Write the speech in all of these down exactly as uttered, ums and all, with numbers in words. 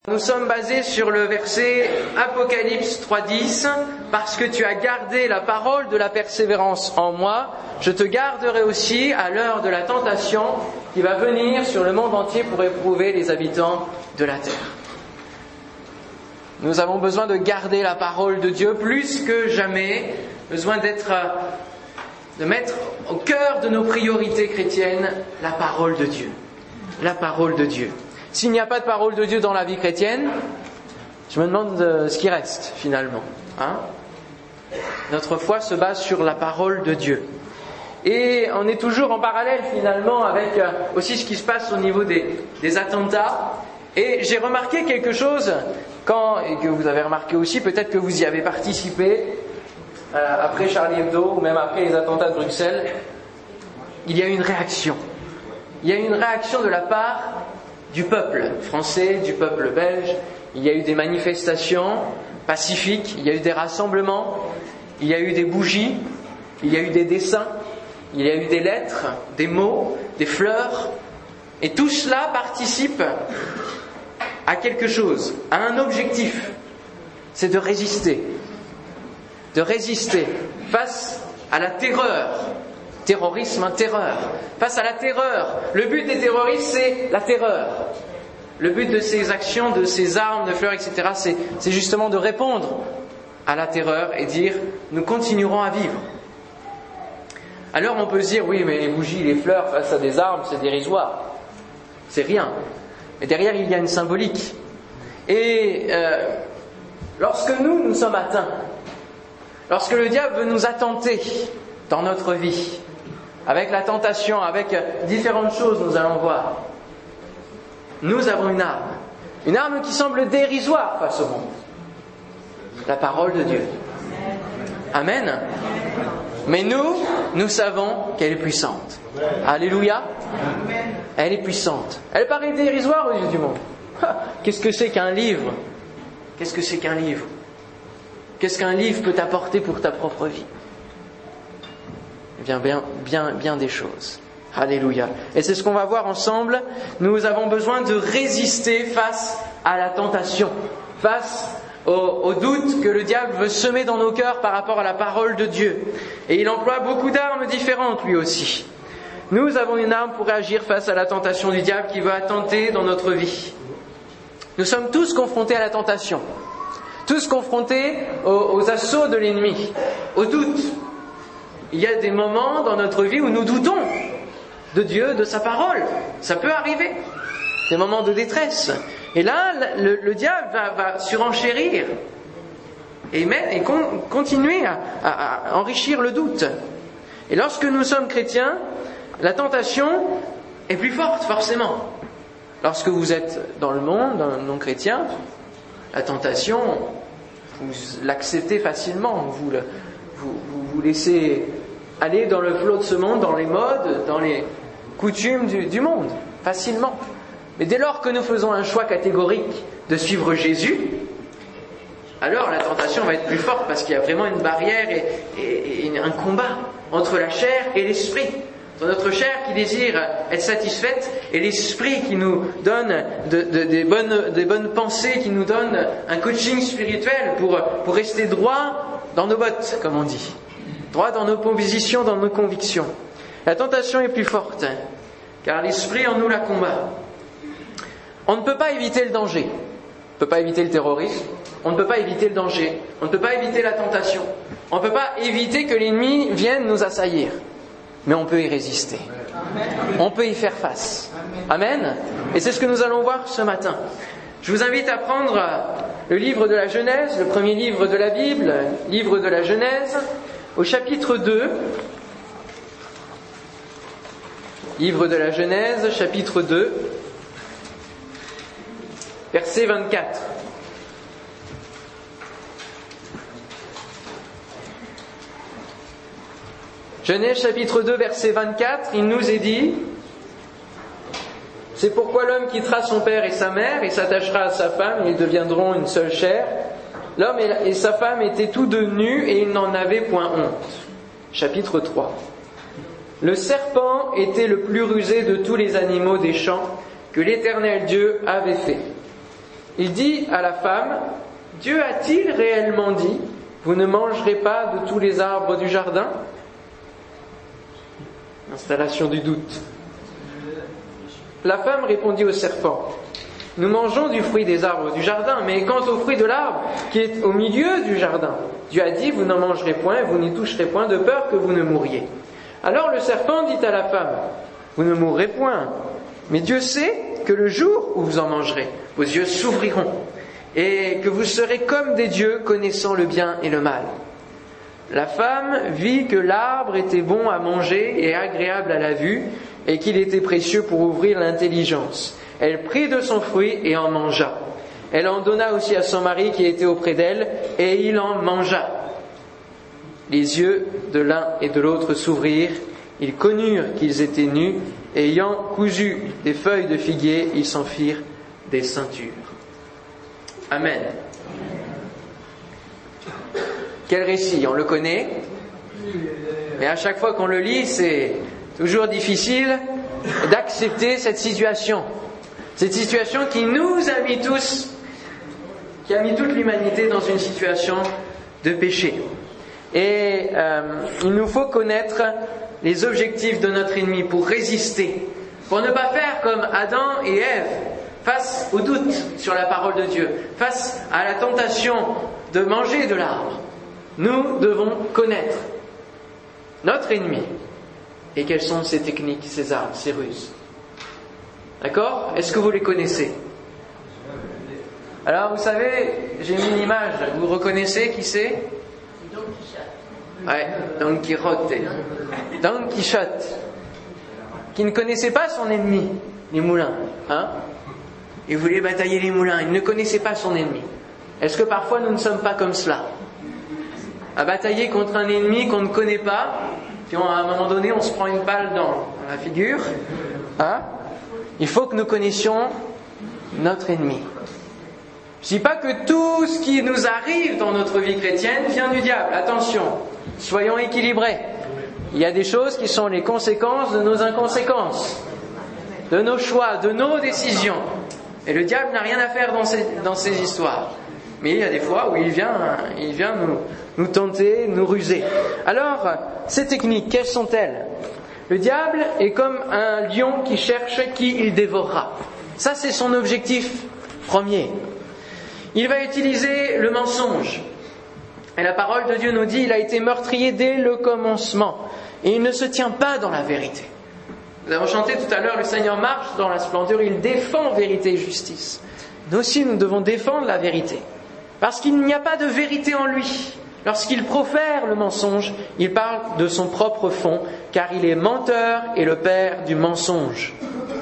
Nous sommes basés sur le verset Apocalypse trois dix. Parce que tu as gardé la parole de la persévérance en moi, je te garderai aussi à l'heure de la tentation qui va venir sur le monde entier pour éprouver les habitants de la terre. Nous avons besoin de garder la parole de Dieu plus que jamais, besoin d'être, de mettre au cœur de nos priorités chrétiennes la parole de Dieu. La parole de Dieu. S'il n'y a pas de parole de Dieu dans la vie chrétienne, je me demande ce qui reste finalement. Hein ? Notre foi se base sur la parole de Dieu. Et on est toujours en parallèle finalement avec aussi ce qui se passe au niveau des, des attentats. Et j'ai remarqué quelque chose, quand, et que vous avez remarqué aussi, peut-être que vous y avez participé, euh, après Charlie Hebdo, ou même après les attentats de Bruxelles, il y a eu une réaction. Il y a eu une réaction de la part du peuple français, du peuple belge. Il y a eu des manifestations pacifiques, il y a eu des rassemblements, il y a eu des bougies, il y a eu des dessins, il y a eu des lettres, des mots, des fleurs. Et tout cela participe à quelque chose, à un objectif. C'est de résister. De résister face à la terreur. Terrorisme, hein, terreur. Face à la terreur. Le but des terroristes, c'est la terreur. Le but de ces actions, de ces armes, de fleurs, et cetera, c'est, c'est justement de répondre à la terreur et dire « nous continuerons à vivre ». Alors on peut se dire « oui, mais les bougies, les fleurs face à des armes, c'est dérisoire. C'est rien ». Mais derrière, il y a une symbolique. Et euh, lorsque nous, nous sommes atteints, lorsque le diable veut nous attenter dans notre vie, avec la tentation, avec différentes choses, nous allons voir. Nous avons une arme. Une arme qui semble dérisoire face au monde. La parole de Dieu. Amen. Mais nous, nous savons qu'elle est puissante. Alléluia. Elle est puissante. Elle paraît dérisoire aux yeux du monde. Qu'est-ce que c'est qu'un livre ? Qu'est-ce que c'est qu'un livre ? Qu'est-ce qu'un livre peut t'apporter pour ta propre vie ? Eh bien, bien, bien, bien des choses. Alléluia. Et c'est ce qu'on va voir ensemble. Nous avons besoin de résister face à la tentation, face au, au doute que le diable veut semer dans nos cœurs par rapport à la parole de Dieu. Et il emploie beaucoup d'armes différentes, lui aussi. Nous avons une arme pour agir face à la tentation du diable qui veut attenter dans notre vie. Nous sommes tous confrontés à la tentation. Tous confrontés aux, aux assauts de l'ennemi, au doute. Il y a des moments dans notre vie où nous doutons de Dieu, de sa parole. Ça peut arriver. Des moments de détresse. Et là, le, le diable va, va surenchérir et, mettre, et con, continuer à, à, à enrichir le doute. Et lorsque nous sommes chrétiens, la tentation est plus forte, forcément. Lorsque vous êtes dans le monde, dans le non chrétien, la tentation, vous l'acceptez facilement. Vous, le, vous, vous vous laissez aller dans le flot de ce monde, dans les modes, dans les coutumes du, du monde, facilement. Mais dès lors que nous faisons un choix catégorique de suivre Jésus, alors la tentation va être plus forte parce qu'il y a vraiment une barrière et, et, et un combat entre la chair et l'esprit. Entre notre chair qui désire être satisfaite et l'esprit qui nous donne de, de, des, bonnes, des bonnes pensées, qui nous donne un coaching spirituel pour, pour rester droit dans nos bottes, comme on dit. Droit dans nos positions, dans nos convictions. La tentation est plus forte, hein, car l'esprit en nous la combat. On ne peut pas éviter le danger. On ne peut pas éviter le terrorisme. On ne peut pas éviter le danger. On ne peut pas éviter la tentation. On ne peut pas éviter que l'ennemi vienne nous assaillir. Mais on peut y résister. On peut y faire face. Amen. Et c'est ce que nous allons voir ce matin. Je vous invite à prendre le livre de la Genèse, le premier livre de la Bible, livre de la Genèse, au chapitre deux. Livre de la Genèse, chapitre deux, verset vingt-quatre. Genèse chapitre deux, verset vingt-quatre, il nous est dit « C'est pourquoi l'homme quittera son père et sa mère et s'attachera à sa femme et ils deviendront une seule chair. L'homme et sa femme étaient tous deux nus et ils n'en avaient point honte. » Chapitre trois. Le serpent était le plus rusé de tous les animaux des champs que l'Éternel Dieu avait fait. Il dit à la femme, Dieu a-t-il réellement dit, vous ne mangerez pas de tous les arbres du jardin? Installation du doute. La femme répondit au serpent, nous mangeons du fruit des arbres du jardin, mais quant au fruit de l'arbre qui est au milieu du jardin, Dieu a dit, vous n'en mangerez point, vous n'y toucherez point, de peur que vous ne mouriez. Alors le serpent dit à la femme, vous ne mourrez point, mais Dieu sait que le jour où vous en mangerez, vos yeux s'ouvriront, et que vous serez comme des dieux, connaissant le bien et le mal. La femme vit que l'arbre était bon à manger et agréable à la vue, et qu'il était précieux pour ouvrir l'intelligence. Elle prit de son fruit et en mangea. Elle en donna aussi à son mari qui était auprès d'elle, et il en mangea. Les yeux de l'un et de l'autre s'ouvrirent, ils connurent qu'ils étaient nus, et ayant cousu des feuilles de figuier, ils s'en firent des ceintures. Amen. Quel récit, on le connaît, mais à chaque fois qu'on le lit, c'est toujours difficile d'accepter cette situation. Cette situation qui nous a mis tous, qui a mis toute l'humanité dans une situation de péché. Et euh, il nous faut connaître les objectifs de notre ennemi pour résister, pour ne pas faire comme Adam et Ève face au doute sur la parole de Dieu, face à la tentation de manger de l'arbre. Nous devons connaître notre ennemi et quelles sont ses techniques, ses armes, ses ruses. D'accord? Est-ce que vous les connaissez? Alors, vous savez, j'ai mis une image. Vous reconnaissez qui c'est? Don Quichotte. Ouais, Don Quichotte. Don Quichotte. Qui ne connaissait pas son ennemi, les moulins. Hein? Il voulait batailler les moulins. Il ne connaissait pas son ennemi. Est-ce que parfois nous ne sommes pas comme cela? À batailler contre un ennemi qu'on ne connaît pas, puis on, à un moment donné, on se prend une balle dans, dans la figure. Hein? Il faut que nous connaissions notre ennemi. Je ne dis pas que tout ce qui nous arrive dans notre vie chrétienne vient du diable. Attention, soyons équilibrés. Il y a des choses qui sont les conséquences de nos inconséquences, de nos choix, de nos décisions. Et le diable n'a rien à faire dans ces, dans ces histoires. Mais il y a des fois où il vient, il vient nous, nous tenter, nous ruser. Alors, ces techniques, quelles sont-elles? Le diable est comme un lion qui cherche qui il dévorera. Ça, c'est son objectif premier. Il va utiliser le mensonge. Et la parole de Dieu nous dit, il a été meurtrier dès le commencement. Et il ne se tient pas dans la vérité. Nous avons chanté tout à l'heure, le Seigneur marche dans la splendeur, il défend vérité et justice. Nous aussi, nous devons défendre la vérité. Parce qu'il n'y a pas de vérité en lui. Lorsqu'il profère le mensonge, il parle de son propre fond, car il est menteur et le père du mensonge.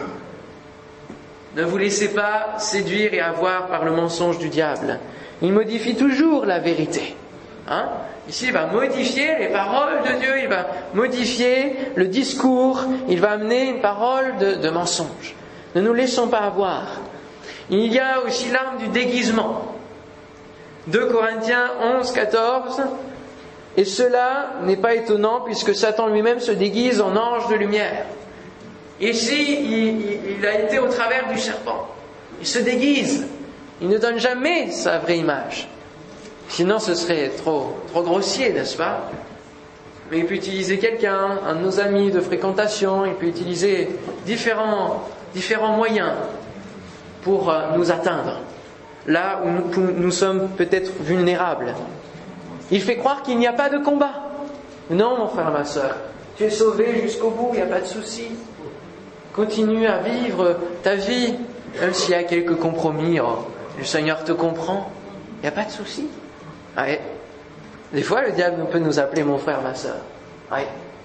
Ne vous laissez pas séduire et avoir par le mensonge du diable. Il modifie toujours la vérité. Hein? Ici, il va modifier les paroles de Dieu, il va modifier le discours, il va amener une parole de, de mensonge. Ne nous laissons pas avoir. Il y a aussi l'arme du déguisement. deux Corinthiens onze, quatorze. Et cela n'est pas étonnant puisque Satan lui-même se déguise en ange de lumière. Ici, il, il a été au travers du serpent. Il se déguise. Il ne donne jamais sa vraie image. Sinon, ce serait trop, trop grossier, n'est-ce pas? Mais il peut utiliser quelqu'un, un de nos amis de fréquentation, il peut utiliser différents, différents moyens pour nous atteindre. Là où nous, nous sommes peut-être vulnérables. Il fait croire qu'il n'y a pas de combat. Non, mon frère, ma sœur, tu es sauvé jusqu'au bout, il n'y a pas de souci. Continue à vivre ta vie, même s'il y a quelques compromis. Oh, le Seigneur te comprend, il n'y a pas de souci. Ouais. Des fois, le diable peut nous appeler mon frère, ma sœur. Ouais.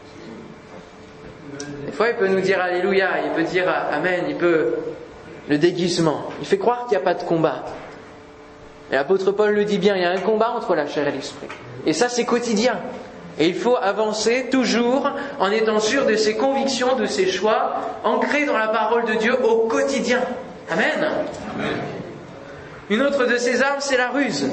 Des fois, il peut nous dire Alléluia, il peut dire Amen, il peut... Le déguisement. Il fait croire qu'il n'y a pas de combat. Et l'apôtre Paul le dit bien, il y a un combat entre la chair et l'esprit. Et ça, c'est quotidien. Et il faut avancer toujours en étant sûr de ses convictions, de ses choix, ancrés dans la parole de Dieu au quotidien. Amen. Amen. Une autre de ses armes, c'est la ruse.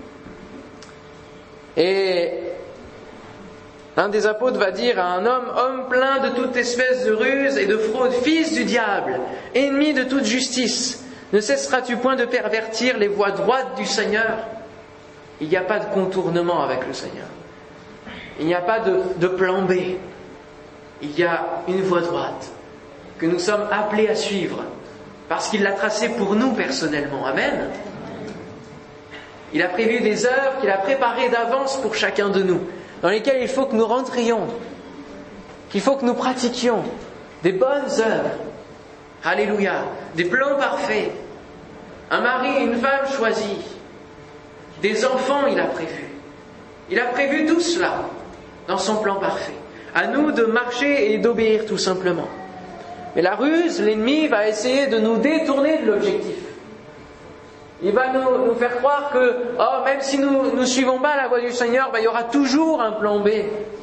Et l'un des apôtres va dire à un homme, homme plein de toute espèce de ruse et de fraude, fils du diable, ennemi de toute justice, Ne cesseras-tu point de pervertir les voies droites du Seigneur? Il n'y a pas de contournement avec le Seigneur. Il n'y a pas de, de plan B. Il y a une voie droite que nous sommes appelés à suivre parce qu'il l'a tracée pour nous personnellement. Amen. Il a prévu des œuvres qu'il a préparées d'avance pour chacun de nous, dans lesquelles il faut que nous rentrions, qu'il faut que nous pratiquions des bonnes œuvres. Alléluia. Des plans parfaits. Un mari et une femme choisis. Des enfants, il a prévu. Il a prévu tout cela dans son plan parfait. À nous de marcher et d'obéir tout simplement. Mais la ruse, l'ennemi va essayer de nous détourner de l'objectif. Il va nous, nous faire croire que, oh, même si nous ne suivons pas la voie du Seigneur, ben, il y aura toujours un plan B.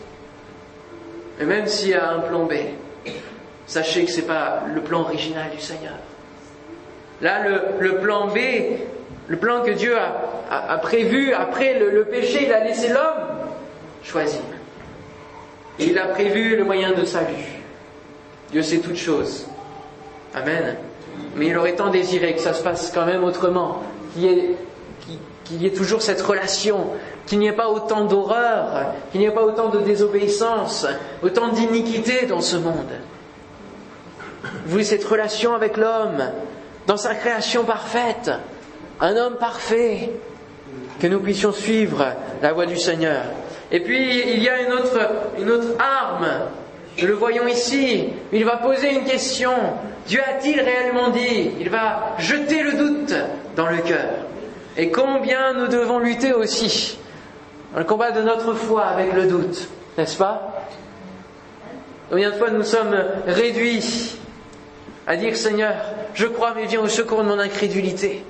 Et même s'il y a un plan B, sachez que ce n'est pas le plan original du Seigneur. Là, le, le plan B, le plan que Dieu a, a, a prévu après le, le péché, il a laissé l'homme choisir. Et il a prévu le moyen de salut. Dieu sait toutes choses. Amen. Mais il aurait tant désiré que ça se passe quand même autrement, qu'il y ait, qu'il y ait toujours cette relation, qu'il n'y ait pas autant d'horreur, qu'il n'y ait pas autant de désobéissance, autant d'iniquité dans ce monde. Vous voulez cette relation avec l'homme, dans sa création parfaite, un homme parfait, que nous puissions suivre la voie du Seigneur. Et puis il y a une autre, une autre arme, nous le voyons ici, il va poser une question. Dieu a-t-il réellement dit? Il va jeter le doute dans le cœur. Et combien nous devons lutter aussi dans le combat de notre foi avec le doute, n'est-ce pas? Combien de fois nous sommes réduits à dire Seigneur, je crois mais viens au secours de mon incrédulité.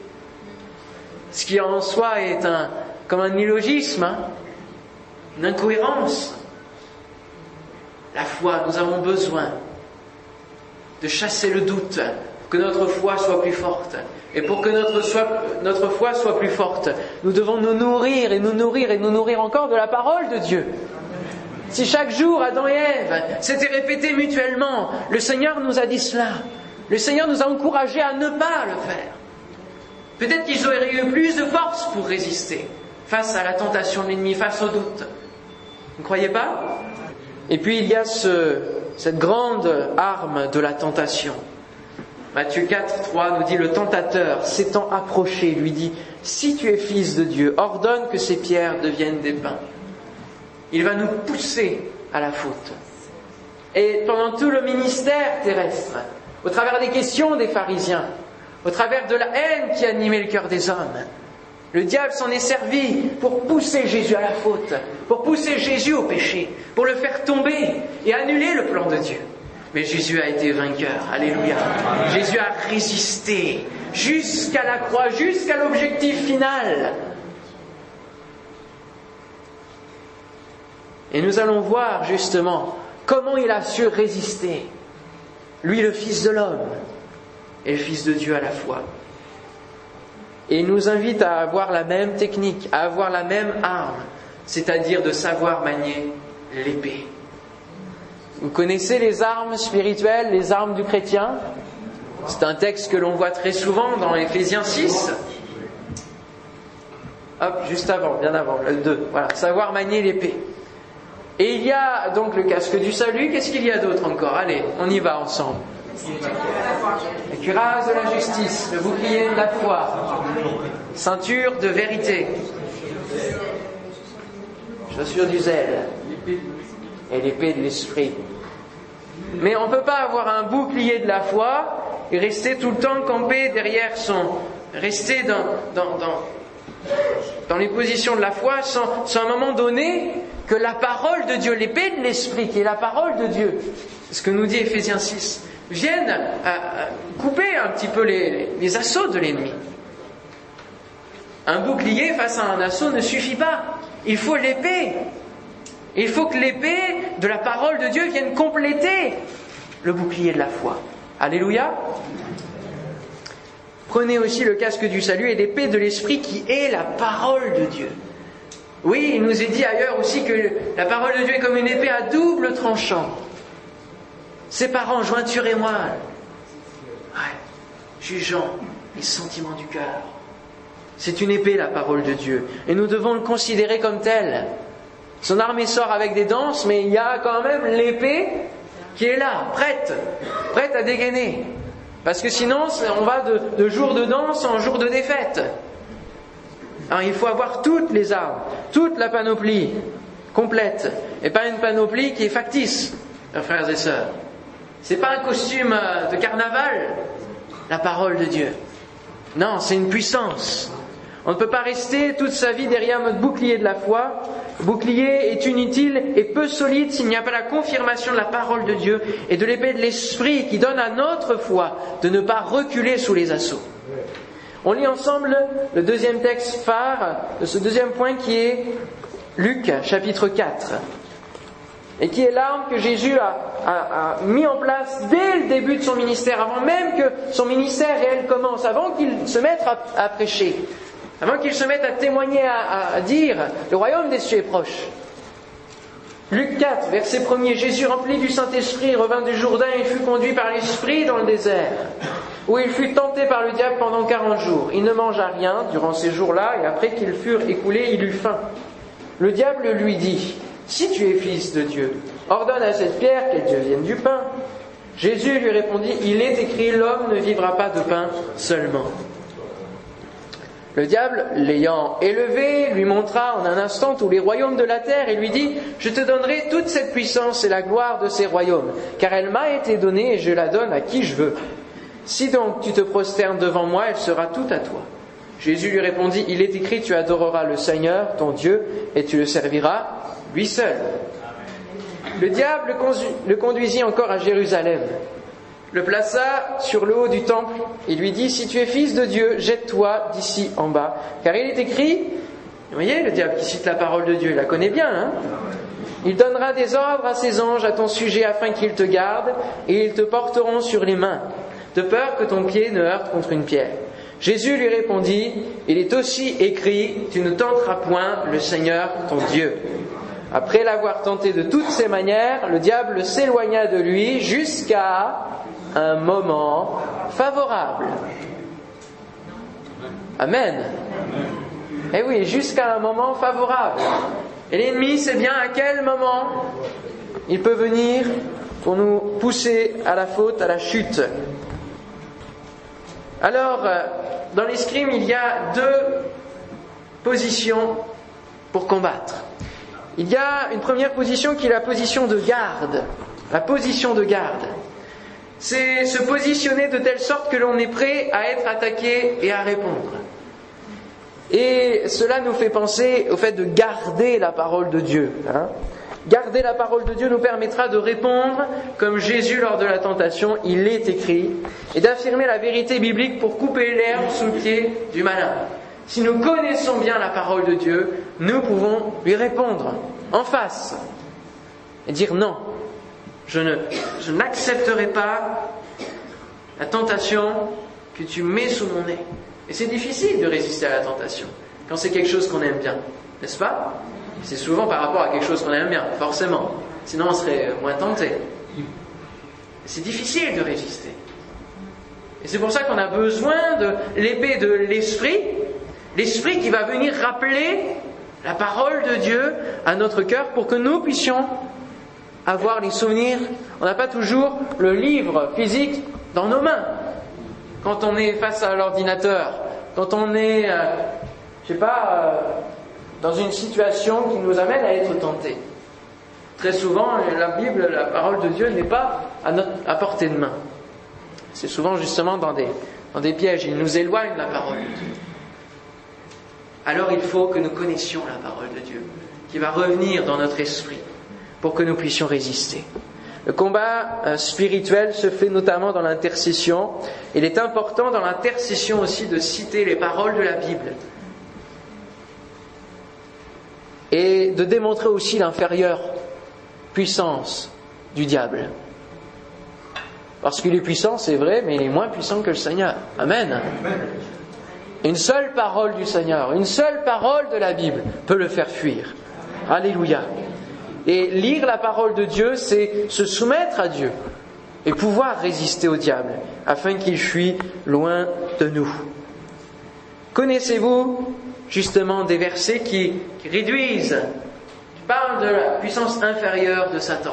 Ce qui en soi est un, comme un illogisme, hein, une incohérence. La foi, nous avons besoin de chasser le doute pour que notre foi soit plus forte. Et pour que notre, soit, notre foi soit plus forte, nous devons nous nourrir et nous nourrir et nous nourrir encore de la parole de Dieu. Si chaque jour, Adam et Ève s'étaient répétés mutuellement, le Seigneur nous a dit cela. Le Seigneur nous a encouragés à ne pas le faire. Peut-être qu'ils auraient eu plus de force pour résister face à la tentation de l'ennemi, face au doute. Vous ne croyez pas? Et puis il y a ce, cette grande arme de la tentation. Matthieu quatre, trois nous dit, le tentateur s'étant approché lui dit, si tu es fils de Dieu, ordonne que ces pierres deviennent des pains. Il va nous pousser à la faute. Et pendant tout le ministère terrestre, au travers des questions des pharisiens, au travers de la haine qui animait le cœur des hommes, le diable s'en est servi pour pousser Jésus à la faute, pour pousser Jésus au péché, pour le faire tomber et annuler le plan de Dieu. Mais Jésus a été vainqueur, alléluia. Jésus a résisté jusqu'à la croix, jusqu'à l'objectif final. Et nous allons voir justement comment il a su résister. Lui, le Fils de l'homme, et le Fils de Dieu à la fois. Et il nous invite à avoir la même technique, à avoir la même arme, c'est-à-dire de savoir manier l'épée. Vous connaissez les armes spirituelles, les armes du chrétien? C'est un texte que l'on voit très souvent dans Éphésiens six. Hop, juste avant, bien avant, le deux. Voilà, savoir manier l'épée. Et il y a donc le casque du salut. Qu'est-ce qu'il y a d'autre encore? Allez, on y va ensemble. La cuirasse de la justice, le bouclier de la foi, ceinture de vérité, chaussures du zèle et l'épée de l'esprit. Mais on ne peut pas avoir un bouclier de la foi et rester tout le temps campé derrière son... rester dans, dans, dans, dans les positions de la foi sans, sans à un moment donné que la parole de Dieu, l'épée de l'esprit qui est la parole de Dieu, ce que nous dit Éphésiens six, viennent à, à couper un petit peu les, les, les assauts de l'ennemi. Un bouclier face à un assaut ne suffit pas. Il faut l'épée. Il faut que l'épée de la parole de Dieu vienne compléter le bouclier de la foi. Alléluia. Prenez aussi le casque du salut et l'épée de l'esprit qui est la parole de Dieu. Oui, il nous est dit ailleurs aussi que la parole de Dieu est comme une épée à double tranchant, séparant jointure et moelle, ouais, jugeant les sentiments du cœur. C'est une épée, la parole de Dieu, et nous devons le considérer comme tel. Son armée sort avec des danses, mais il y a quand même l'épée qui est là, prête, prête à dégainer. Parce que sinon, on va de, de jour de danse en jour de défaite. Alors il faut avoir toutes les armes, toute la panoplie complète, et pas une panoplie qui est factice, frères et sœurs. C'est pas un costume de carnaval, la parole de Dieu. Non, c'est une puissance. On ne peut pas rester toute sa vie derrière notre bouclier de la foi. Le bouclier est inutile et peu solide s'il n'y a pas la confirmation de la parole de Dieu et de l'épée de l'Esprit qui donne à notre foi de ne pas reculer sous les assauts. On lit ensemble le deuxième texte phare de ce deuxième point qui est Luc chapitre quatre. Et qui est l'arme que Jésus a, a, a mis en place dès le début de son ministère, avant même que son ministère réel commence, avant qu'il se mette à, à prêcher, avant qu'il se mette à témoigner, à, à dire « Le royaume des cieux est proche ». Luc quatre, verset premier, Jésus rempli du Saint-Esprit revint du Jourdain et fut conduit par l'Esprit dans le désert, où il fut tenté par le diable pendant quarante jours. Il ne mangea rien durant ces jours-là, et après qu'ils furent écoulés, il eut faim. Le diable lui dit « Si tu es fils de Dieu, ordonne à cette pierre qu'elle devienne du pain. » Jésus lui répondit « Il est écrit, l'homme ne vivra pas de pain seulement. » Le diable, l'ayant élevé, lui montra en un instant tous les royaumes de la terre et lui dit « Je te donnerai toute cette puissance et la gloire de ces royaumes, car elle m'a été donnée et je la donne à qui je veux. Si donc tu te prosternes devant moi, elle sera toute à toi. » Jésus lui répondit « Il est écrit, tu adoreras le Seigneur, ton Dieu, et tu le serviras lui seul. » Le diable le conduisit encore à Jérusalem, le plaça sur le haut du temple et lui dit « Si tu es fils de Dieu, jette-toi d'ici en bas. » Car il est écrit, vous voyez le diable qui cite la parole de Dieu, il la connaît bien, hein ? Il donnera des ordres à ses anges à ton sujet afin qu'ils te gardent et ils te porteront sur les mains, de peur que ton pied ne heurte contre une pierre. Jésus lui répondit « Il est aussi écrit, tu ne tenteras point le Seigneur ton Dieu. » Après l'avoir tenté de toutes ses manières, le diable s'éloigna de lui jusqu'à un moment favorable. Amen. Eh oui, jusqu'à un moment favorable. Et l'ennemi sait bien à quel moment il peut venir pour nous pousser à la faute, à la chute. Alors, dans l'escrime, il y a deux positions pour combattre. Il y a une première position qui est la position de garde. La position de garde. C'est se positionner de telle sorte que l'on est prêt à être attaqué et à répondre. Et cela nous fait penser au fait de garder la parole de Dieu. Hein. Garder la parole de Dieu nous permettra de répondre comme Jésus lors de la tentation, il est écrit, et d'affirmer la vérité biblique pour couper l'herbe sous le pied du malin. Si nous connaissons bien la parole de Dieu, nous pouvons lui répondre en face et dire non, je ne, je n'accepterai pas la tentation que tu mets sous mon nez. Et c'est difficile de résister à la tentation quand c'est quelque chose qu'on aime bien, n'est-ce pas ? C'est souvent par rapport à quelque chose qu'on aime bien, forcément. Sinon on serait moins tenté. C'est difficile de résister. Et c'est pour ça qu'on a besoin de l'épée de l'Esprit, l'Esprit qui va venir rappeler la parole de Dieu à notre cœur pour que nous puissions avoir les souvenirs. On n'a pas toujours le livre physique dans nos mains. Quand on est face à l'ordinateur, quand on est, euh, je sais pas, euh, dans une situation qui nous amène à être tentés. Très souvent, la Bible, la parole de Dieu n'est pas à, notre, à portée de main. C'est souvent justement dans des, dans des pièges. Il nous éloigne de la parole de Dieu. Alors il faut que nous connaissions la parole de Dieu, qui va revenir dans notre esprit, pour que nous puissions résister. Le combat euh, spirituel se fait notamment dans l'intercession. Il est important dans l'intercession aussi de citer les paroles de la Bible. Et de démontrer aussi l'inférieure puissance du diable. Parce qu'il est puissant, c'est vrai, mais il est moins puissant que le Seigneur. Amen. Une seule parole du Seigneur, une seule parole de la Bible peut le faire fuir. Alléluia. Et lire la parole de Dieu, c'est se soumettre à Dieu. et pouvoir résister au diable, afin qu'il fuit loin de nous. Connaissez-vous justement des versets qui, qui réduisent, qui parlent de la puissance inférieure de Satan?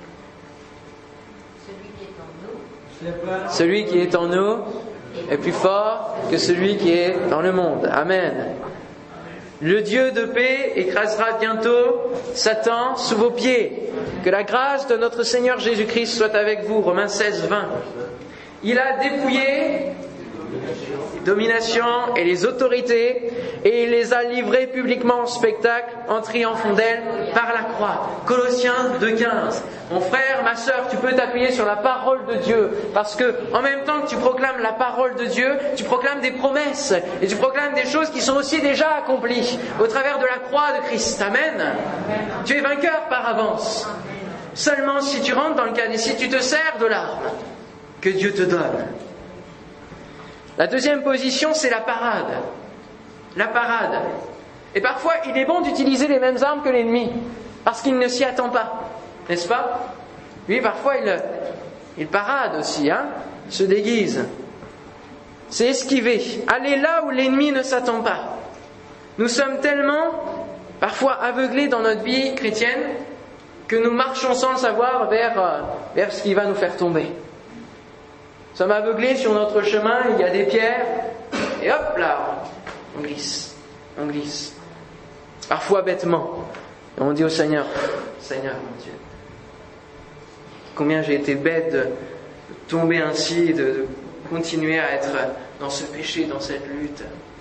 Celui qui est en nous est plus fort que celui qui est dans le monde. Amen. Le Dieu de paix écrasera bientôt Satan sous vos pieds. Que la grâce de notre Seigneur Jésus-Christ soit avec vous. Romains seize, vingt. Il a dépouillé les dominations et les autorités et il les a livrées publiquement en spectacle en triomphant d'elles par la croix. Colossiens deux, quinze. Mon frère, ma sœur, tu peux t'appuyer sur la parole de Dieu parce que en même temps que tu proclames la parole de Dieu, tu proclames des promesses et tu proclames des choses qui sont aussi déjà accomplies au travers de la croix de Christ. Amen. Tu es vainqueur par avance. Seulement si tu rentres dans le cadre et si tu te sers de l'arme que Dieu te donne. La deuxième position, c'est la parade. La parade. Et parfois, il est bon d'utiliser les mêmes armes que l'ennemi, parce qu'il ne s'y attend pas. N'est-ce pas? Lui, parfois, il, il parade aussi, hein, il se déguise. C'est esquiver. Aller là où l'ennemi ne s'attend pas. Nous sommes tellement, parfois, aveuglés dans notre vie chrétienne, que nous marchons sans le savoir vers, vers ce qui va nous faire tomber. Nous sommes aveuglés sur notre chemin, il y a des pierres, et hop là, on glisse, on glisse. Parfois bêtement. Et on dit au Seigneur, Seigneur mon Dieu, combien j'ai été bête de tomber ainsi, de, de continuer à être dans ce péché, dans cette lutte.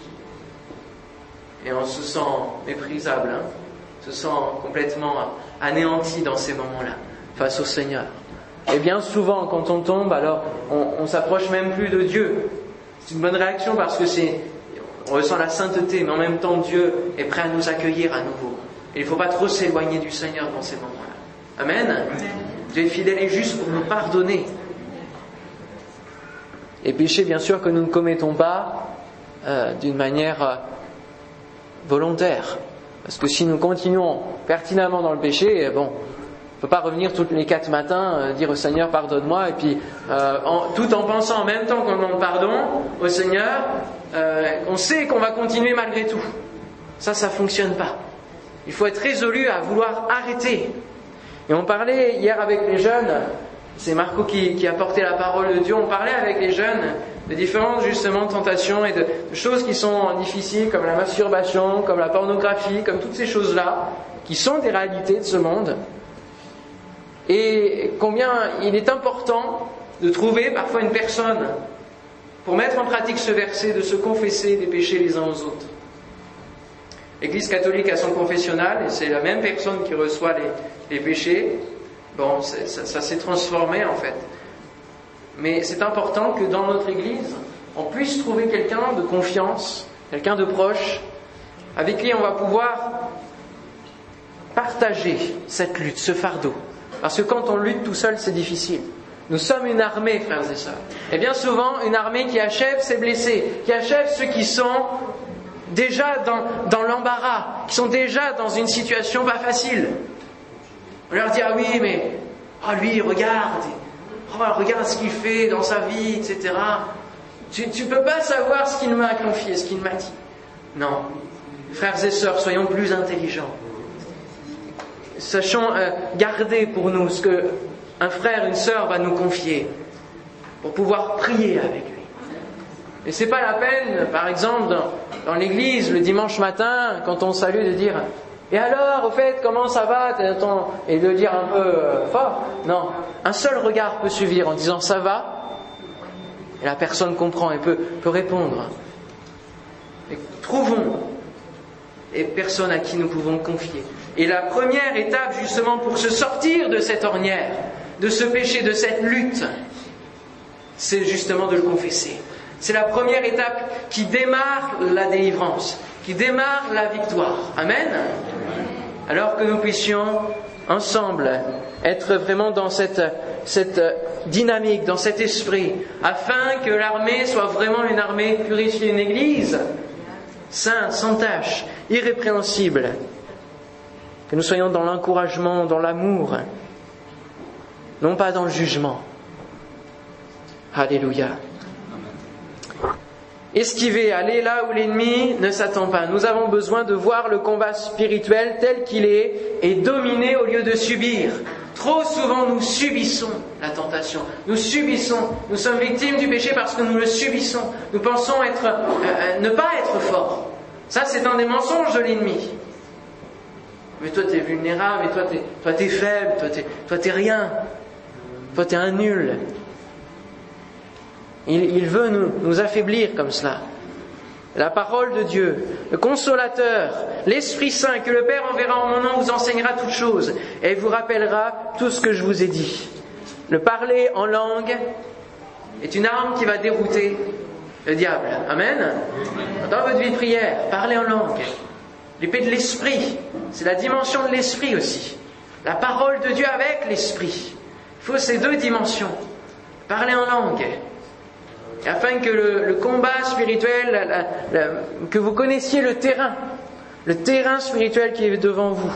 Et on se sent méprisable, hein, se sent complètement anéanti dans ces moments-là, face au Seigneur. Et bien souvent, quand on tombe, alors on, on s'approche même plus de Dieu. C'est une bonne réaction parce que c'est, on ressent la sainteté, mais en même temps Dieu est prêt à nous accueillir à nouveau. Et il ne faut pas trop s'éloigner du Seigneur dans ces moments-là. Amen. Amen. Dieu est fidèle et juste pour nous pardonner. Et péché, bien sûr, que nous ne commettons pas euh, d'une manière euh, volontaire. Parce que si nous continuons pertinemment dans le péché, bon, on ne peut pas revenir tous les quatre matins, euh, dire au Seigneur pardonne-moi, et puis euh, en, tout en pensant en même temps qu'on demande pardon au Seigneur, euh, on sait qu'on va continuer malgré tout. Ça, ça ne fonctionne pas. Il faut être résolu à vouloir arrêter. Et on parlait hier avec les jeunes, c'est Marco qui, qui a porté la parole de Dieu, on parlait avec les jeunes de différentes justement tentations et de, de choses qui sont difficiles, comme la masturbation, comme la pornographie, comme toutes ces choses-là, qui sont des réalités de ce monde. Et combien il est important de trouver parfois une personne pour mettre en pratique ce verset, de se confesser des péchés les uns aux autres. L'Église catholique a son confessionnal et c'est la même personne qui reçoit les, les péchés. Bon, ça, ça s'est transformé en fait. Mais c'est important que dans notre Église, on puisse trouver quelqu'un de confiance, quelqu'un de proche, avec qui on va pouvoir partager cette lutte, ce fardeau. Parce que quand on lutte tout seul, c'est difficile. Nous sommes une armée, frères et sœurs. Et bien souvent, une armée qui achève ses blessés, qui achève ceux qui sont déjà dans, dans l'embarras, qui sont déjà dans une situation pas facile. On leur dit, ah oui, mais oh, lui, regarde, oh, regarde ce qu'il fait dans sa vie, et cetera. Tu ne peux pas savoir ce qu'il m'a confié, ce qu'il m'a dit. Non. Frères et sœurs, soyons plus intelligents. Sachons euh, garder pour nous ce que un frère, une sœur va nous confier pour pouvoir prier avec lui. Et c'est pas la peine, par exemple, dans, dans l'église, le dimanche matin, quand on salue, de dire « Et alors, au fait, comment ça va ?» et de le dire un peu euh, fort. Non, un seul regard peut suffire en disant « Ça va ?» et la personne comprend et peut, peut répondre. Et trouvons les personnes à qui nous pouvons confier. Et la première étape, justement, pour se sortir de cette ornière, de ce péché, de cette lutte, c'est justement de le confesser. C'est la première étape qui démarre la délivrance, qui démarre la victoire. Amen. Alors que nous puissions ensemble être vraiment dans cette, cette dynamique, dans cet esprit, afin que l'armée soit vraiment une armée purifiée, une église sainte, sans tache, irrépréhensible. Que nous soyons dans l'encouragement, dans l'amour, non pas dans le jugement. Alléluia. Esquiver, aller là où l'ennemi ne s'attend pas. Nous avons besoin de voir le combat spirituel tel qu'il est et dominer au lieu de subir. Trop souvent nous subissons la tentation, nous subissons, nous sommes victimes du péché parce que nous le subissons. Nous pensons être, euh, ne pas être forts. Ça c'est un des mensonges de l'ennemi. Mais toi t'es vulnérable, mais toi t'es, toi t'es faible, toi t'es, toi t'es rien, toi t'es un nul. Il, il veut nous, nous affaiblir comme cela. La parole de Dieu, le consolateur, l'Esprit Saint que le Père enverra en mon nom vous enseignera toutes choses et vous rappellera tout ce que je vous ai dit. Le parler en langue est une arme qui va dérouter le diable. Amen. Dans votre vie de prière, parlez en langue. L'épée de l'Esprit, c'est la dimension de l'Esprit aussi. La parole de Dieu avec l'Esprit. Il faut ces deux dimensions. Parler en langue. Afin que le, le combat spirituel, la, la, la, que vous connaissiez le terrain, le terrain spirituel qui est devant vous.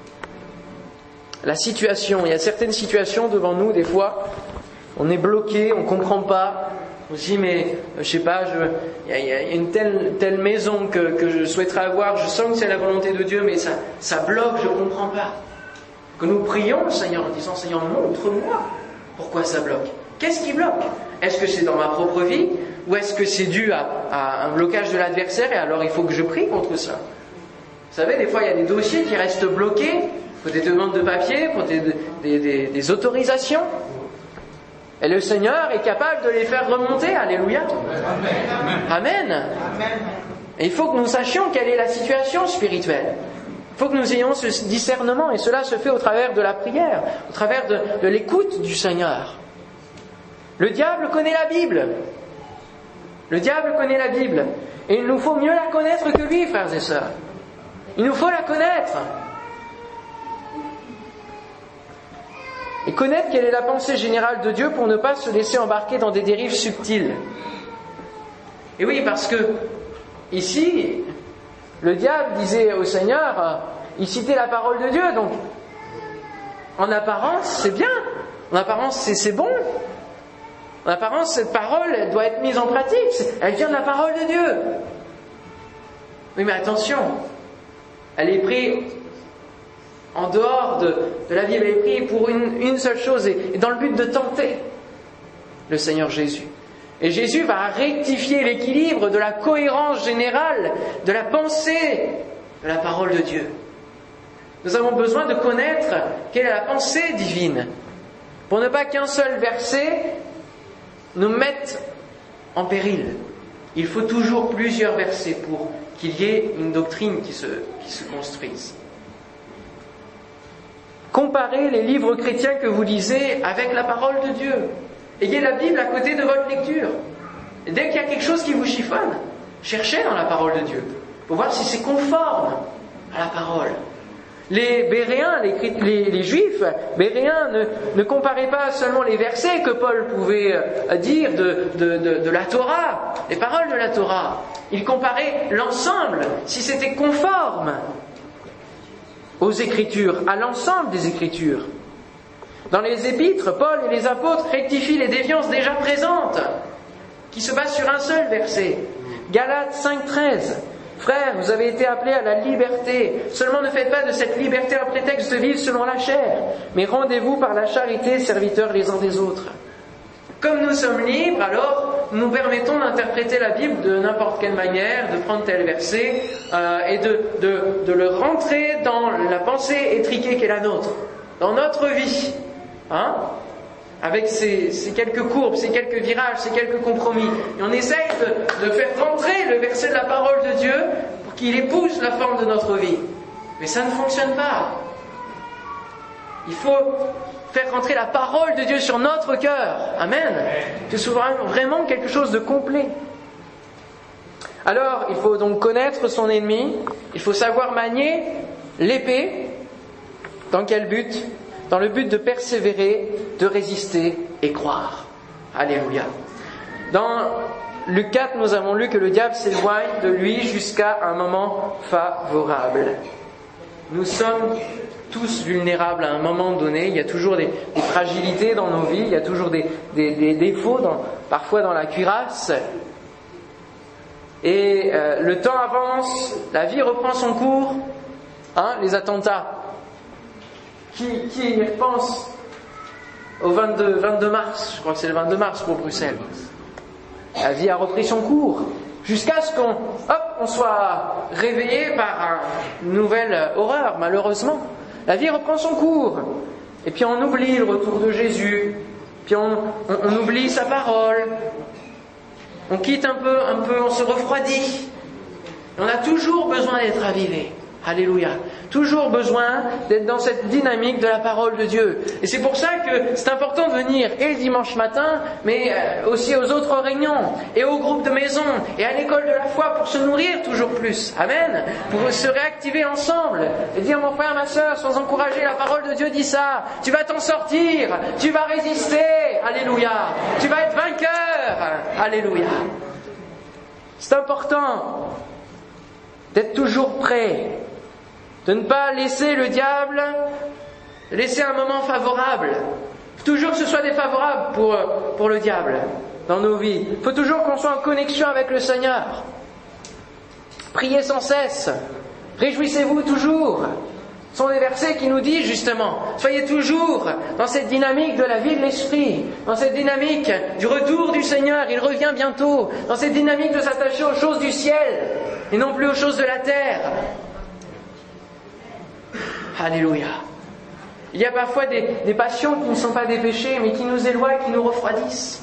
La situation, il y a certaines situations devant nous, des fois, on est bloqué, on ne comprend pas. On se dit, mais je sais pas, je, il, y a, il y a une telle, telle maison que, que je souhaiterais avoir, je sens que c'est la volonté de Dieu, mais ça, ça bloque, je ne comprends pas. Que nous prions le Seigneur en disant, Seigneur, montre-moi pourquoi ça bloque. Qu'est-ce qui bloque ? Est-ce que c'est dans ma propre vie ou est-ce que c'est dû à, à un blocage de l'adversaire et alors il faut que je prie contre ça ? Vous savez, des fois il y a des dossiers qui restent bloqués pour des demandes de papier, pour des, des, des, des autorisations. Et le Seigneur est capable de les faire remonter. Alléluia. Amen. Amen. Et il faut que nous sachions quelle est la situation spirituelle. Il faut que nous ayons ce discernement et cela se fait au travers de la prière, au travers de, de l'écoute du Seigneur. Le diable connaît la Bible. Le diable connaît la Bible. Et il nous faut mieux la connaître que lui, frères et sœurs. Il nous faut la connaître. Et connaître quelle est la pensée générale de Dieu pour ne pas se laisser embarquer dans des dérives subtiles. Et oui, parce que ici, le diable disait au Seigneur, il citait la parole de Dieu, donc en apparence c'est bien, en apparence c'est, c'est bon. En apparence, cette parole, elle doit être mise en pratique. Elle vient de la parole de Dieu. Oui, mais attention, elle est prise en dehors de, de la Bible, elle est prise pour une, une seule chose, et, et dans le but de tenter le Seigneur Jésus. Et Jésus va rectifier l'équilibre de la cohérence générale de la pensée de la parole de Dieu. Nous avons besoin de connaître quelle est la pensée divine, pour ne pas qu'un seul verset nous mettent en péril. Il faut toujours plusieurs versets pour qu'il y ait une doctrine qui se, qui se construise. Comparez les livres chrétiens que vous lisez avec la parole de Dieu. Ayez la Bible à côté de votre lecture. Et dès qu'il y a quelque chose qui vous chiffonne, cherchez dans la parole de Dieu pour voir si c'est conforme à la parole. Les Béréens, les, les, les Juifs Béréens ne, ne comparaient pas seulement les versets que Paul pouvait dire de, de, de, de la Torah, les paroles de la Torah. Ils comparaient l'ensemble, si c'était conforme aux Écritures, à l'ensemble des Écritures. Dans les Épîtres, Paul et les apôtres rectifient les déviances déjà présentes, qui se basent sur un seul verset. Galates cinq treize. Frères, vous avez été appelés à la liberté. Seulement ne faites pas de cette liberté un prétexte de vivre selon la chair, mais rendez-vous par la charité, serviteurs les uns des autres. Comme nous sommes libres, alors nous permettons d'interpréter la Bible de n'importe quelle manière, de prendre tel verset euh, et de, de, de le rentrer dans la pensée étriquée qui est la nôtre, dans notre vie, hein, avec ces, ces quelques courbes, ces quelques virages, ces quelques compromis. Et on essaye de, de faire rentrer le verset de la parole de Dieu pour qu'il épouse la forme de notre vie. Mais ça ne fonctionne pas. Il faut faire rentrer la parole de Dieu sur notre cœur. Amen. C'est souvent vraiment quelque chose de complet. Alors, il faut donc connaître son ennemi. Il faut savoir manier l'épée. Dans quel but ? Dans le but de persévérer, de résister et croire. Alléluia. Dans Luc quatre, nous avons lu que le diable s'éloigne de lui jusqu'à un moment favorable. Nous sommes tous vulnérables à un moment donné. Il y a toujours des, des fragilités dans nos vies, il y a toujours des, des, des défauts dans, parfois dans la cuirasse. Et euh, le temps avance, la vie reprend son cours. Hein, les attentats. Qui, qui y repense au vingt-deux, vingt-deux mars, je crois que c'est le vingt-deux mars pour Bruxelles. La vie a repris son cours. Jusqu'à ce qu'on hop, on soit réveillé par une nouvelle horreur, malheureusement. La vie reprend son cours. Et puis on oublie le retour de Jésus. Puis on, on, on oublie sa parole. On quitte un peu, un peu, on se refroidit. On a toujours besoin d'être ravivé. Alléluia. Toujours besoin d'être dans cette dynamique de la parole de Dieu. Et c'est pour ça que c'est important de venir et le dimanche matin, mais aussi aux autres réunions, et au groupe de maison, et à l'école de la foi pour se nourrir toujours plus. Amen. Pour se réactiver ensemble et dire, mon frère, ma sœur, sois encouragé, la parole de Dieu dit ça. Tu vas t'en sortir. Tu vas résister. Alléluia. Tu vas être vainqueur. Alléluia. C'est important d'être toujours prêt. De ne pas laisser le diable laisser un moment favorable. Il faut toujours que ce soit défavorable pour, pour le diable dans nos vies. Il faut toujours qu'on soit en connexion avec le Seigneur. Priez sans cesse. Réjouissez-vous toujours. Ce sont des versets qui nous disent justement, soyez toujours dans cette dynamique de la vie de l'Esprit, dans cette dynamique du retour du Seigneur, il revient bientôt, dans cette dynamique de s'attacher aux choses du ciel et non plus aux choses de la terre. Alléluia. Il y a parfois des, des passions qui ne sont pas des péchés, mais qui nous éloignent, qui nous refroidissent.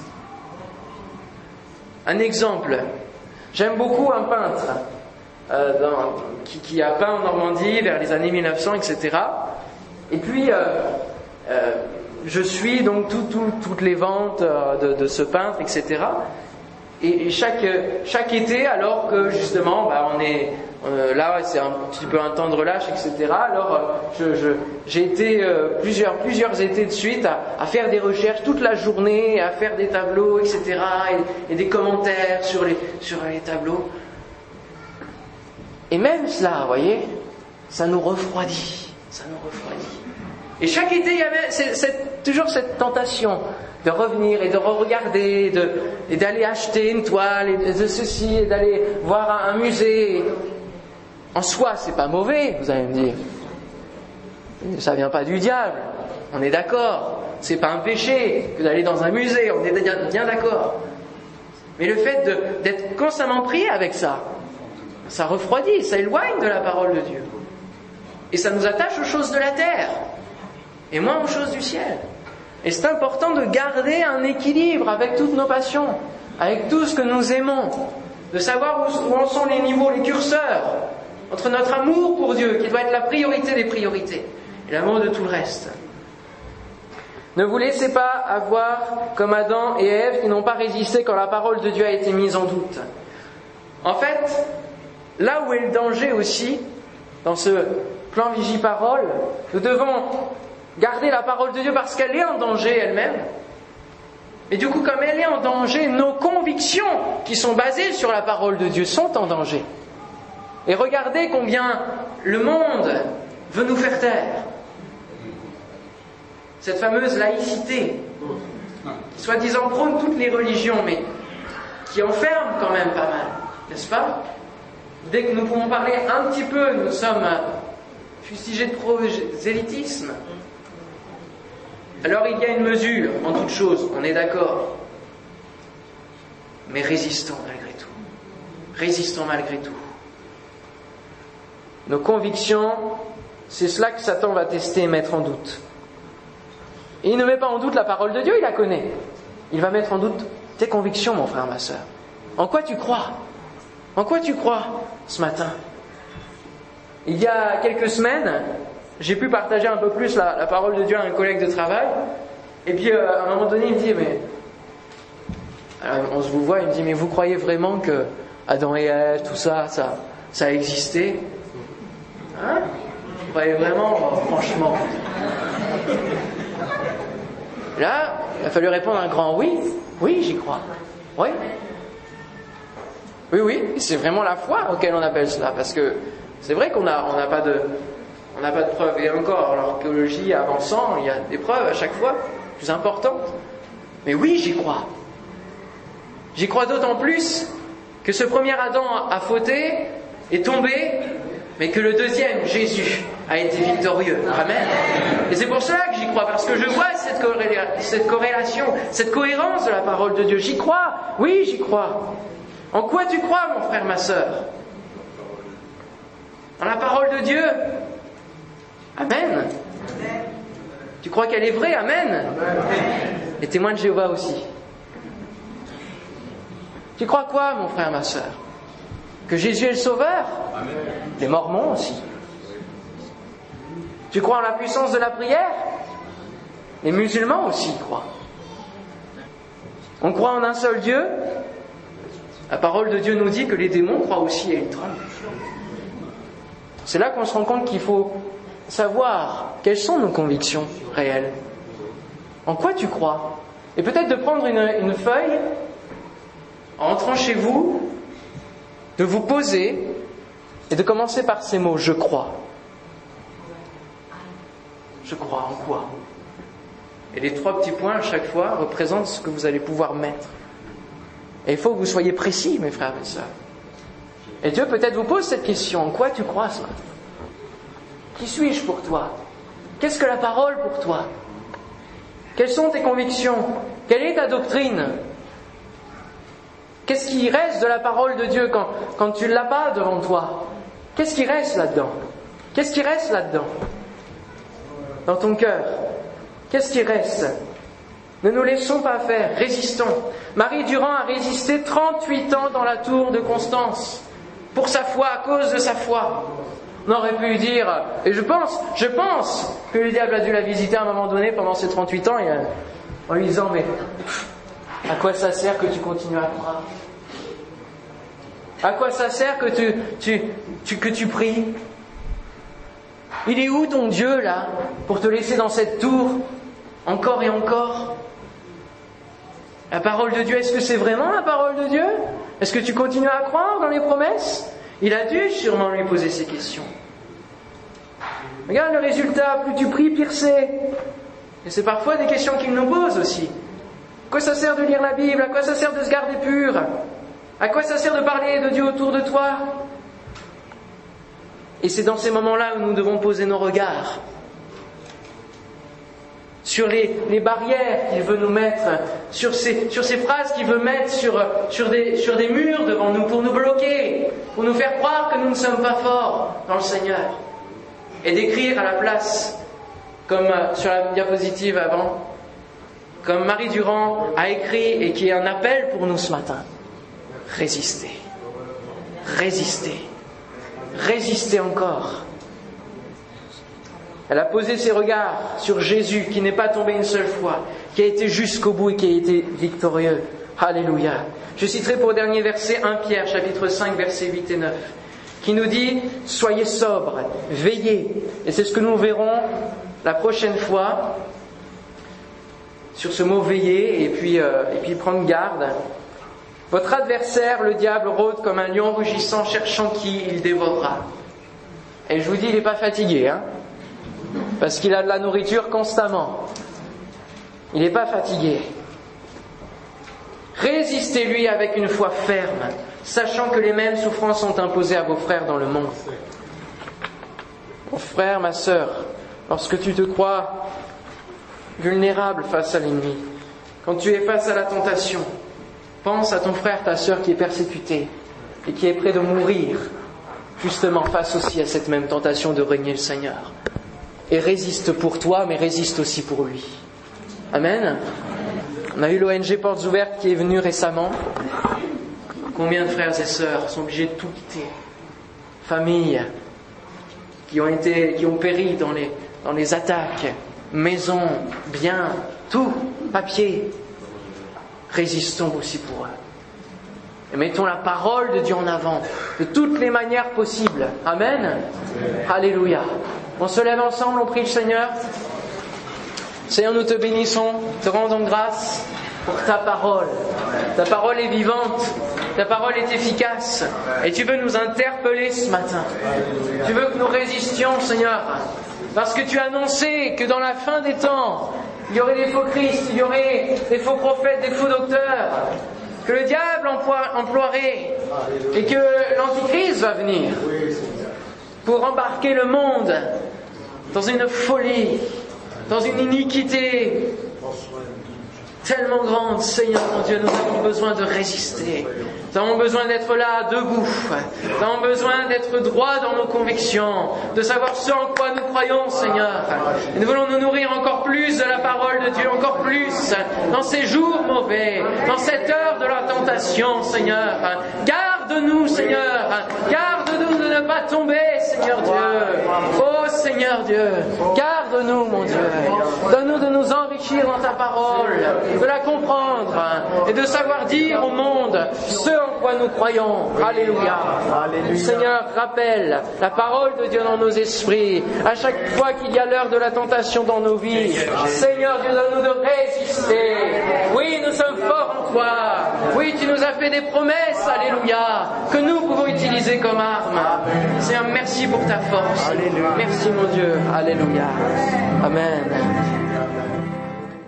Un exemple. J'aime beaucoup un peintre euh, dans, qui, qui a peint en Normandie vers les années mille neuf cents, et cetera. Et puis, euh, euh, je suis donc tout, tout, toutes les ventes de, de ce peintre, et cetera. Et, et chaque, chaque été, alors que justement, bah, on est euh, là, c'est un petit peu un temps de relâche, et cetera. Alors, je, je, j'ai été euh, plusieurs, plusieurs étés de suite à, à faire des recherches toute la journée, à faire des tableaux, et cetera. Et, et des commentaires sur les, sur les tableaux. Et même cela, vous voyez, ça nous refroidit, ça nous refroidit. Et chaque été, il y avait c'est, c'est toujours cette tentation de revenir et de re-regarder, de, et d'aller acheter une toile, et de, de ceci, et d'aller voir un, un musée. En soi, c'est pas mauvais, vous allez me dire. Ça vient pas du diable, on est d'accord. C'est pas un péché que d'aller dans un musée, on est bien, bien d'accord. Mais le fait de, d'être constamment pris avec ça, ça refroidit, ça éloigne de la parole de Dieu. Et ça nous attache aux choses de la terre, et moins aux choses du ciel. Et c'est important de garder un équilibre avec toutes nos passions, avec tout ce que nous aimons, de savoir où en sont les niveaux, les curseurs, entre notre amour pour Dieu, qui doit être la priorité des priorités, et l'amour de tout le reste. Ne vous laissez pas avoir comme Adam et Ève qui n'ont pas résisté quand la parole de Dieu a été mise en doute. En fait, là où est le danger aussi, dans ce plan Vigie-Parole, nous devons garder la parole de Dieu parce qu'elle est en danger elle-même. Et du coup, comme elle est en danger, nos convictions qui sont basées sur la parole de Dieu sont en danger. Et regardez combien le monde veut nous faire taire. Cette fameuse laïcité, qui soi-disant prône toutes les religions, mais qui enferme quand même pas mal, n'est-ce pas ? Dès que nous pouvons parler un petit peu, nous sommes fustigés de prosélytisme. Alors il y a une mesure en toute chose, on est d'accord. Mais résistons malgré tout. Résistons malgré tout. Nos convictions, c'est cela que Satan va tester et mettre en doute. Et il ne met pas en doute la parole de Dieu, il la connaît. Il va mettre en doute tes convictions, mon frère, ma sœur. En quoi tu crois ? En quoi tu crois ce matin ? Il y a quelques semaines, j'ai pu partager un peu plus la, la parole de Dieu à un collègue de travail. Et puis euh, à un moment donné, il me dit, mais... Alors, on se vous voit, il me dit, mais vous croyez vraiment que Adam et Ève, tout ça, ça, ça a existé ? Hein ? Vous croyez vraiment, franchement ? Là, il a fallu répondre un grand oui. Oui, j'y crois. Oui. Oui, oui, c'est vraiment la foi auquel on appelle cela, parce que c'est vrai qu'on n'a on n'a pas de, on n'a pas de preuves. Et encore, l'archéologie avançant, il y a des preuves à chaque fois, plus importantes. Mais oui, j'y crois. J'y crois d'autant plus que ce premier Adam a fauté, est tombé, mais que le deuxième, Jésus, a été victorieux. Amen. Et c'est pour cela que j'y crois, parce que je vois cette, corréla- cette corrélation, cette cohérence de la parole de Dieu. J'y crois, oui, j'y crois. En quoi tu crois, mon frère, ma sœur? Dans la parole de Dieu. Amen. Tu crois qu'elle est vraie? Amen. Les témoins de Jéhovah aussi. Tu crois quoi, mon frère, ma sœur? Que Jésus est le Sauveur? Amen. Les Mormons aussi. Tu crois en la puissance de la prière? Les musulmans aussi y croient. On croit en un seul Dieu? La parole de Dieu nous dit que les démons croient aussi et ils tremblent. C'est là qu'on se rend compte qu'il faut savoir quelles sont nos convictions réelles. En quoi tu crois? Et peut-être de prendre une, une feuille, en entrant chez vous, de vous poser et de commencer par ces mots: je crois. Je crois en quoi? Et les trois petits points à chaque fois représentent ce que vous allez pouvoir mettre. Et il faut que vous soyez précis, mes frères et sœurs. Et Dieu peut-être vous pose cette question: en quoi tu crois ce matin? Qui suis-je pour toi? Qu'est-ce que la parole pour toi? Quelles sont tes convictions? Quelle est ta doctrine? Qu'est-ce qui reste de la parole de Dieu quand, quand tu ne l'as pas devant toi? Qu'est-ce qui reste là-dedans? Qu'est-ce qui reste là-dedans? Dans ton cœur, qu'est-ce qui reste? Ne nous laissons pas faire, résistons. Marie Durand a résisté trente-huit ans dans la tour de Constance, pour sa foi, à cause de sa foi. On aurait pu lui dire, et je pense, je pense que le diable a dû la visiter à un moment donné pendant ces trente-huit ans, et, euh, en lui disant: mais à quoi ça sert que tu continues à croire? À quoi ça sert que tu, tu, tu, que tu pries? Il est où ton Dieu là, pour te laisser dans cette tour encore et encore? La parole de Dieu, est-ce que c'est vraiment la parole de Dieu? Est-ce que tu continues à croire dans les promesses? Il a dû sûrement lui poser ces questions. Regarde le résultat, plus tu pries, pire c'est. Et c'est parfois des questions qu'il nous pose aussi. À quoi ça sert de lire la Bible? À quoi ça sert de se garder pur? À quoi ça sert de parler de Dieu autour de toi? Et c'est dans ces moments-là où nous devons poser nos regards sur les, les barrières qu'il veut nous mettre, sur ces, sur ces phrases qu'il veut mettre sur, sur, des, sur des murs devant nous pour nous bloquer, pour nous faire croire que nous ne sommes pas forts dans le Seigneur. Et d'écrire à la place, comme sur la diapositive avant, comme Marie Durand a écrit et qui est un appel pour nous ce matin: résistez, résistez, résistez encore. Elle a posé ses regards sur Jésus, qui n'est pas tombé une seule fois, qui a été jusqu'au bout et qui a été victorieux. Alléluia. Je citerai pour dernier verset un Pierre, chapitre cinq, versets huit et neuf, qui nous dit: soyez sobres, veillez. Et c'est ce que nous verrons la prochaine fois, sur ce mot veiller, et puis, euh, et puis prendre garde. Votre adversaire, le diable, rôde comme un lion rugissant, cherchant qui il dévorera. Et je vous dis, il n'est pas fatigué, hein, parce qu'il a de la nourriture constamment. Il n'est pas fatigué. Résistez-lui avec une foi ferme, sachant que les mêmes souffrances sont imposées à vos frères dans le monde. Mon frère, ma sœur, lorsque tu te crois vulnérable face à l'ennemi, quand tu es face à la tentation, pense à ton frère, ta sœur qui est persécuté et qui est près de mourir, justement face aussi à cette même tentation de régner le Seigneur. Et résiste pour toi, mais résiste aussi pour lui. Amen. On a eu l'O N G Portes Ouvertes qui est venu récemment. Combien de frères et sœurs sont obligés de tout quitter? Familles qui ont été, qui ont péri dans les, dans les attaques, maisons, biens, tout, papier. Résistons aussi pour eux. Et mettons la parole de Dieu en avant, de toutes les manières possibles. Amen. Amen. Alléluia. On se lève ensemble, on prie le Seigneur. Seigneur, nous te bénissons, te rendons grâce pour ta parole. Ta parole est vivante, ta parole est efficace. Et tu veux nous interpeller ce matin. Tu veux que nous résistions, Seigneur, parce que tu as annoncé que dans la fin des temps, il y aurait des faux Christ, il y aurait des faux prophètes, des faux docteurs. que le diable emploierait et que l'Antichrist va venir pour embarquer le monde dans une folie, dans une iniquité tellement grande. Seigneur mon Dieu, nous avons besoin de résister. Nous avons besoin d'être là, debout. Nous avons besoin d'être droits dans nos convictions, de savoir ce en quoi nous croyons, Seigneur. Et nous voulons nous nourrir encore plus de la parole de Dieu, encore plus dans ces jours mauvais, dans cette heure de la tentation, Seigneur. Garde-nous, Seigneur. Garde-nous de ne pas tomber, Seigneur Dieu. Oh, Seigneur Dieu, garde-nous, mon Dieu. Donne-nous de nous enrichir dans ta parole, de la comprendre et de savoir dire au monde ce en quoi nous croyons. Alléluia. Alléluia. Seigneur, rappelle la parole de Dieu dans nos esprits à chaque fois qu'il y a l'heure de la tentation dans nos vies. Seigneur Dieu, donne-nous de résister. Oui, nous sommes forts en toi. Oui, tu nous as fait des promesses, alléluia, que nous pouvons utiliser comme arme. Seigneur, merci pour ta force. Alléluia. Merci mon Dieu. Alléluia. Amen.